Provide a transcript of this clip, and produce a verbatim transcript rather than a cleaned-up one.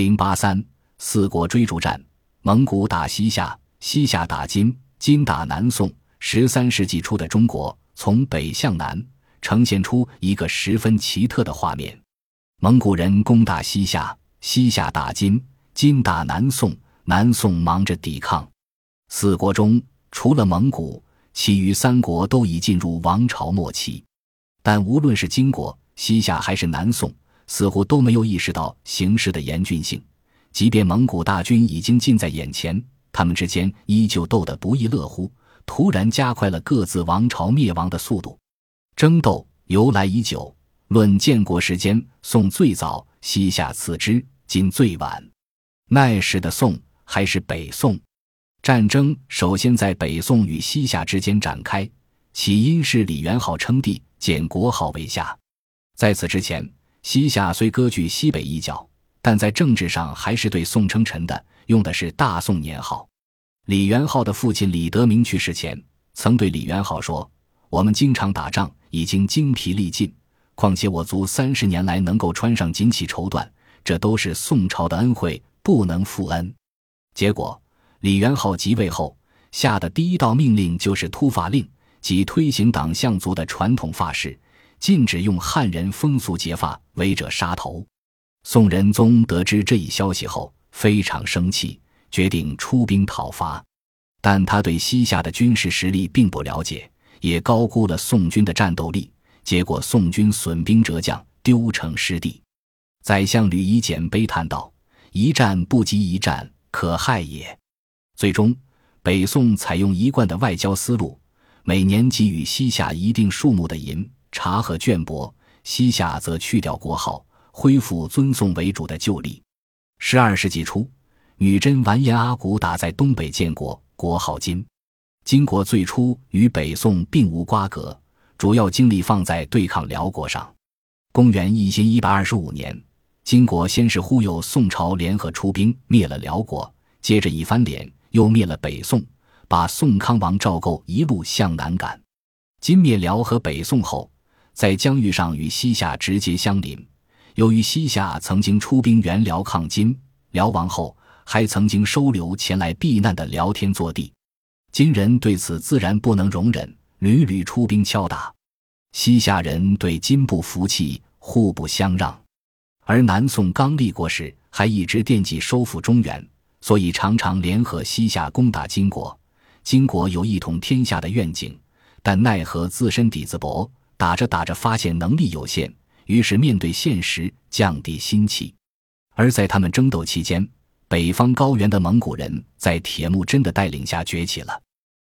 零八三四国追逐战，蒙古打西夏，西夏打金，金打南宋。十三世纪初的中国从北向南呈现出一个十分奇特的画面。蒙古人攻打西夏，西夏打金，金打南宋，南宋忙着抵抗。四国中除了蒙古，其余三国都已进入王朝末期。但无论是金国、西夏还是南宋，似乎都没有意识到形势的严峻性。即便蒙古大军已经近在眼前，他们之间依旧斗得不亦乐乎，突然加快了各自王朝灭亡的速度。争斗由来已久，论建国时间，宋最早，西夏次之，金最晚。奈时的宋还是北宋。战争首先在北宋与西夏之间展开，起因是李元昊称帝，建国号为夏。在此之前，西夏虽割据西北一角，但在政治上还是对宋称臣的，用的是大宋年号。李元昊的父亲李德明去世前，曾对李元昊说：“我们经常打仗，已经精疲力尽，况且我族三十年来能够穿上锦旗绸缎，这都是宋朝的恩惠，不能负恩。”结果，李元昊即位后，下的第一道命令就是秃发令，即推行党项族的传统发式，禁止用汉人风俗结发，违者杀头。宋仁宗得知这一消息后，非常生气，决定出兵讨伐。但他对西夏的军事实力并不了解，也高估了宋军的战斗力，结果宋军损兵折将，丢城失地。宰相吕夷简悲叹道：“一战不及一战，可害也。”最终，北宋采用一贯的外交思路，每年给予西夏一定数目的银、茶和绢帛，西夏则去掉国号，恢复尊宋为主的旧例。十二世纪初，女真完颜阿骨打在东北建国，国号金。金国最初与北宋并无瓜葛，主要精力放在对抗辽国上。公元一千一百二十五年，金国先是忽悠宋朝联合出兵灭了辽国，接着一翻脸又灭了北宋，把宋康王赵构一路向南赶。金灭辽和北宋后，在疆域上与西夏直接相邻。由于西夏曾经出兵援辽抗金，辽亡后还曾经收留前来避难的辽天祚帝，金人对此自然不能容忍，屡屡出兵敲打。西夏人对金不服气，互不相让。而南宋刚立国时还一直惦记收复中原，所以常常联合西夏攻打金国。金国有一统天下的愿景，但奈何自身底子薄，打着打着发现能力有限，于是面对现实降低心气。而在他们争斗期间，北方高原的蒙古人在铁木真的带领下崛起了。